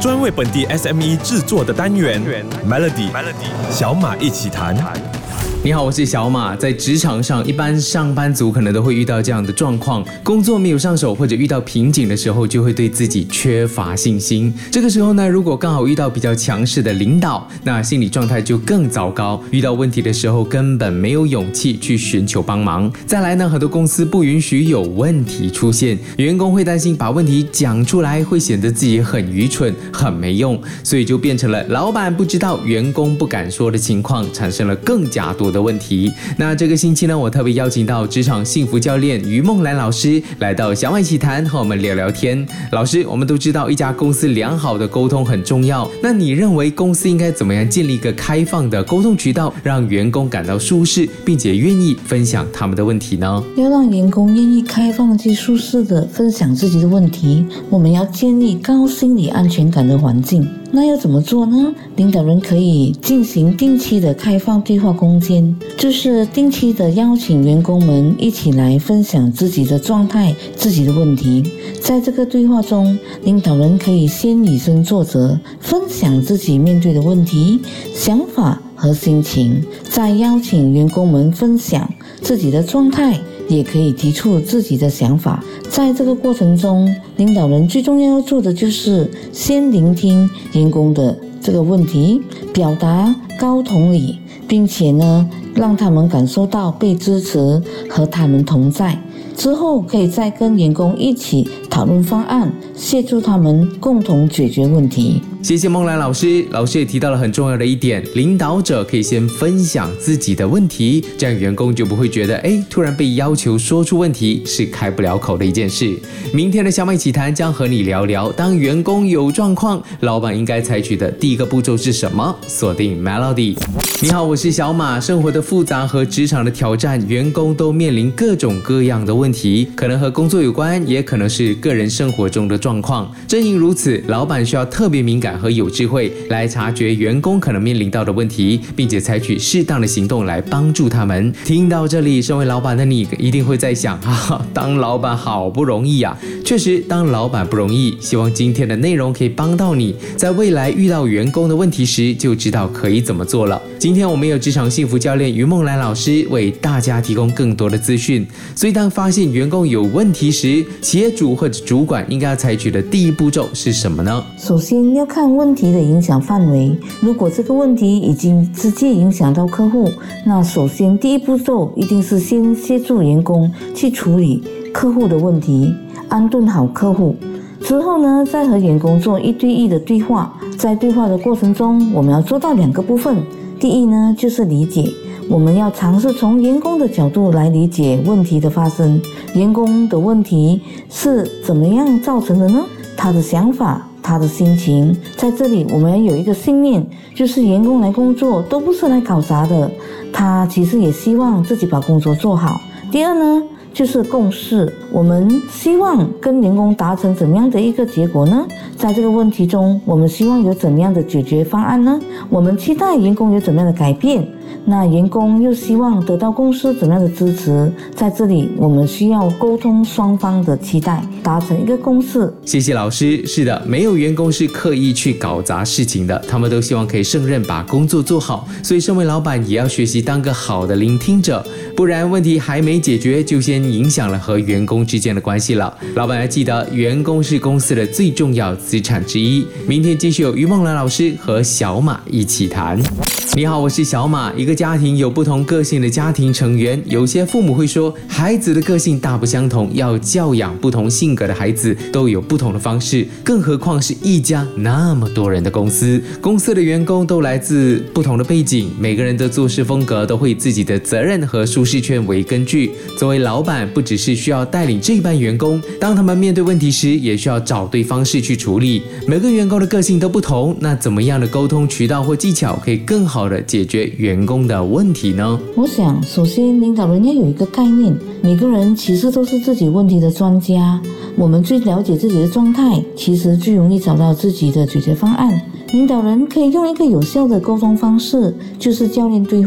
专为本地 SME 制作的单元 Melody 小马一起谈。 你好，我是小马。在职场上，一般上班族可能都会遇到这样的状况，工作没有上手或者遇到瓶颈的时候，就会对自己缺乏信心。这个时候呢，如果刚好遇到比较强势的领导，那心理状态就更糟糕。遇到问题的时候，根本没有勇气去寻求帮忙。再来呢，很多公司不允许有问题出现，员工会担心把问题讲出来会显得自己很愚蠢、很没用，所以就变成了老板不知道、员工不敢说的情况，产生了更加多的问题。那这个星期呢，我特别邀请到职场幸福教练于梦兰老师来到小马一起谈，和我们聊聊天。老师，我们都知道一家公司良好的沟通很重要，那你认为公司应该怎么样建立一个开放的沟通渠道，让员工感到舒适，并且愿意分享他们的问题呢？ 要让员工愿意开放及舒适地分享自己的问题，我们要建立高心理安全感的环境。那要怎么做呢？领导人可以进行定期的开放对话空间，就是定期的邀请员工们一起来分享自己的状态、自己的问题。在这个对话中，领导人可以先以身作则，分享自己面对的问题、想法和心情，再邀请员工们分享自己的状态，也可以提出自己的想法。在这个过程中，领导人最重要做的就是先聆听员工的这个问题，表达高同理，并且呢，让他们感受到被支持和他们同在。之后可以再跟员工一起讨论方案，协助他们共同解决问题。 谢谢梦兰老师。老师也提到了很重要的一点，领导者可以先分享自己的问题，这样员工就不会觉得突然被要求说出问题是开不了口的一件事。明天的小马一起谈将和你聊聊，当员工有状况，老板应该采取的第一个步骤是什么？锁定 Melody。 你好，我是小马。生活的复杂和职场的挑战，员工都面临各种各样的问题，可能和工作有关，也可能是个人生活中的状况。正因如此，老板需要特别敏感和有智慧来察觉员工可能面临到的问题，并且采取适当的行动来帮助他们。听到这里，身为老板的你一定会在想当老板好不容易啊。确实，当老板不容易，希望今天的内容可以帮到你，在未来遇到员工的问题时就知道可以怎么做了。今天我们有职场幸福教练于梦兰老师为大家提供更多的资讯，所以当发现员工有问题时，企业主或者主管应该要采取的第一步骤是什么呢？ 首先要看问题的影响范围，如果这个问题已经直接影响到客户，那首先第一步骤一定是先协助员工去处理客户的问题，安顿好客户。之后呢，再和员工做一对一的对话。在对话的过程中，我们要做到两个部分。第一呢，就是理解，我们要尝试从员工的角度来理解问题的发生，员工的问题是怎么样造成的呢？他的想法，他的心情。在这里我们要有一个信念，就是员工来工作都不是来搞砸的，他其实也希望自己把工作做好。第二呢，就是共识，我们希望跟员工达成怎么样的一个结果呢？在这个问题中，我们希望有怎么样的解决方案呢？我们期待员工有怎么样的改变，那员工又希望得到公司怎么样的支持？在这里我们需要沟通双方的期待，达成一个共识。 谢谢老师。是的，没有员工是刻意去搞砸事情的，他们都希望可以胜任把工作做好，所以身为老板也要学习当个好的聆听者，不然问题还没解决就先影响了和员工之间的关系了。老板要记得，员工是公司的最重要资产之一。明天继续有于梦兰老师和小马一起谈。你好，我是小马。一个家庭有不同个性的家庭成员，有些父母会说孩子的个性大不相同，要教养不同性格的孩子都有不同的方式，更何况是一家那么多人的公司，公司的员工都来自不同的背景，每个人的做事风格都会以自己的责任和舒适圈为根据。作为老板，不只是需要带领这一班员工，当他们面对问题时，也需要找对方式去处理。每个员工的个性都不同，那怎么样的沟通渠道或技巧可以更好的解决员工的问题呢？ 我想首先领导人要有一个概念，每个人其实都是自己问题的专家，我们最了解自己的状态，其实最容易找到自己的解决方案。领导人可以用一个有效的沟通方式，就是教练对话。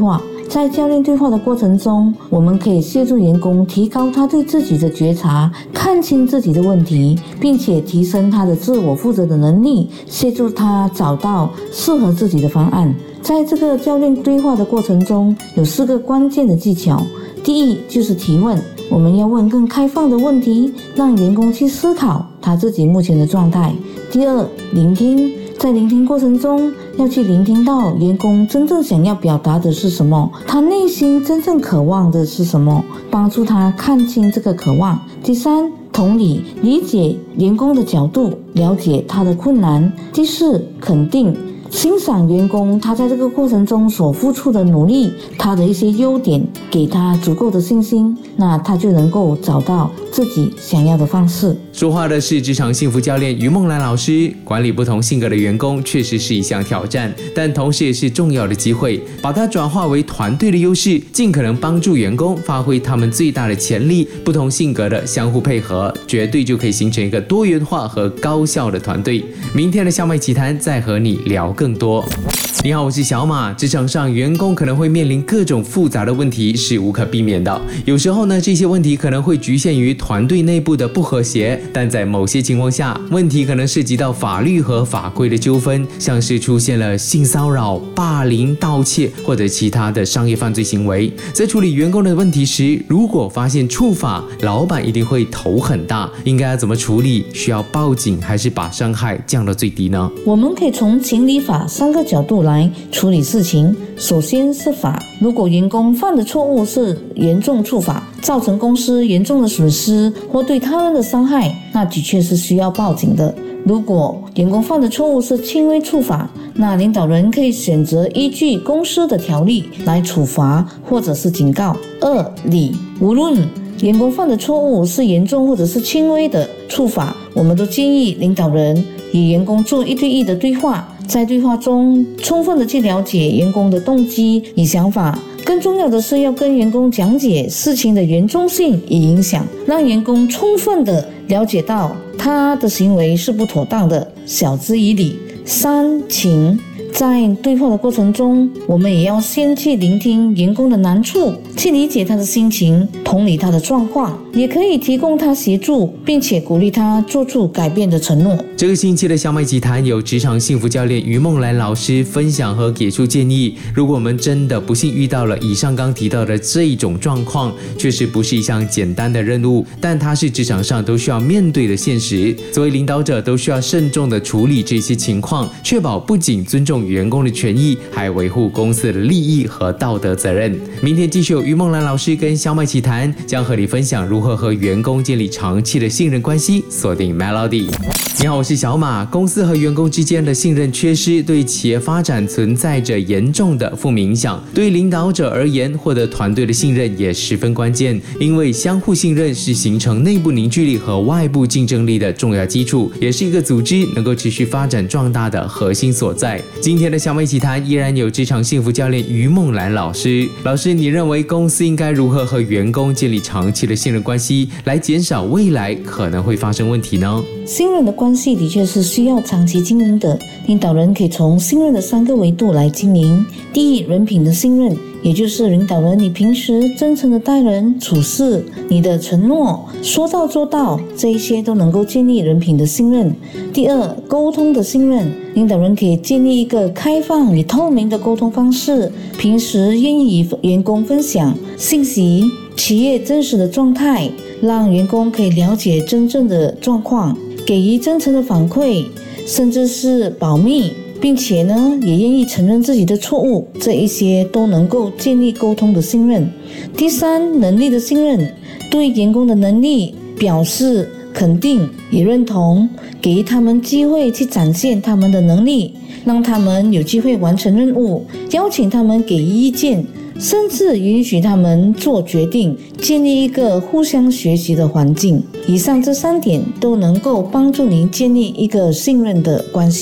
在教练对话的过程中，我们可以协助员工提高他对自己的觉察，看清自己的问题，并且提升他的自我负责的能力，协助他找到适合自己的方案。在这个教练对话的过程中，有4个关键的技巧。第一就是提问，我们要问更开放的问题，让员工去思考他自己目前的状态。第二，聆听，在聆听过程中要去聆听到员工真正想要表达的是什么，他内心真正渴望的是什么，帮助他看清这个渴望。第三，同理，理解员工的角度，了解他的困难。第四，肯定，欣赏员工他在这个过程中所付出的努力，他的一些优点，给他足够的信心，那他就能够找到自己想要的方式。 说话的是职场幸福教练于梦兰老师。管理不同性格的员工确实是一项挑战，但同时也是重要的机会，把它转化为团队的优势，尽可能帮助员工发挥他们最大的潜力。不同性格的相互配合，绝对就可以形成一个多元化和高效的团队。明天的小麦奇谈再和你聊更多。你好，我是小马。职场上员工可能会面临各种复杂的问题，是无可避免的。有时候呢，这些问题可能会局限于团队内部的不和谐，但在某些情况下，问题可能涉及到法律和法规的纠纷，像是出现了性骚扰、霸凌、盗窃或者其他的商业犯罪行为。在处理员工的问题时，如果发现触法，老板一定会头很大。应该要怎么处理？需要报警还是把伤害降到最低呢？ 我们可以从情理法3个角度来处理事情。首先是法，如果员工犯的错误是严重触法，造成公司严重的损失或对他人的伤害，那的确是需要报警的。如果员工犯的错误是轻微触法，那领导人可以选择依据公司的条例来处罚或者是警告。2、理，无论员工犯的错误是严重或者是轻微的触法，我们都建议领导人与员工做1对1的对话，在对话中充分的去了解员工的动机与想法，更重要的是要跟员工讲解事情的严重性与影响，让员工充分的了解到他的行为是不妥当的，晓之以理。3、情，在对话的过程中，我们也要先去聆听员工的难处，去理解他的心情，同理他的状况，也可以提供他协助，并且鼓励他做出改变的承诺。 这个星期的小麦奇谈有职场幸福教练于梦兰老师分享和给出建议。如果我们真的不幸遇到了以上刚提到的这一种状况，确实不是一项简单的任务，但它是职场上都需要面对的现实。作为领导者，都需要慎重的处理这些情况，确保不仅尊重员工的权益，还维护公司的利益和道德责任。明天继续有于梦兰老师跟小麦奇谈，将和你分享如何和员工建立长期的信任关系。锁定 Melody。你好，我是小马。公司和员工之间的信任缺失，对企业发展存在着严重的负面影响。对领导者而言，获得团队的信任也十分关键，因为相互信任是形成内部凝聚力和外部竞争力的重要基础，也是一个组织能够持续发展壮大的核心所在。今天的小麦奇谈依然有职场幸福教练于梦兰老师。老师，你认为公司应该如何和员工建立长期的信任关系，来减少未来可能会发生问题呢？ 信任的关系的确是需要长期经营的，领导人可以从信任的3个维度来经营。第一，人品的信任，也就是领导人你平时真诚的待人处事，你的承诺说到做到，这一些都能够建立人品的信任。第二，沟通的信任，领导人可以建立一个开放与透明的沟通方式，平时愿意与员工分享信息、企业真实的状态，让员工可以了解真正的状况，给予真诚的反馈，甚至是保密，并且呢，也愿意承认自己的错误，这一些都能够建立沟通的信任。第三，能力的信任，对员工的能力表示肯定与认同，给予他们机会去展现他们的能力，让他们有机会完成任务，邀请他们给予意见，甚至允许他们做决定，建立一个互相学习的环境。以上这3点都能够帮助您建立一个信任的关系。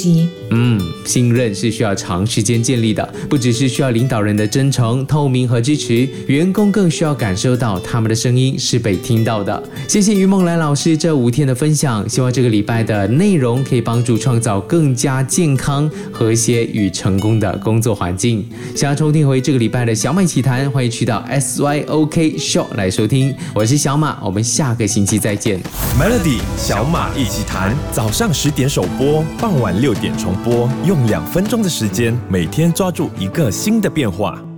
信任是需要长时间建立的，不只是需要领导人的真诚、透明和支持，员工更需要感受到他们的声音是被听到的。谢谢于梦兰老师这5天的分享，希望这个礼拜的内容可以帮助创造更加健康、和谐与成功的工作环境。想要重听回这个礼拜的小马一起谈，欢迎去到 SYOK Show 来收听。我是小马，我们下个星期再见。 Melody 小马一起谈，早上10点首播，傍晚6点重播，用2分钟的时间，每天抓住一个新的变化。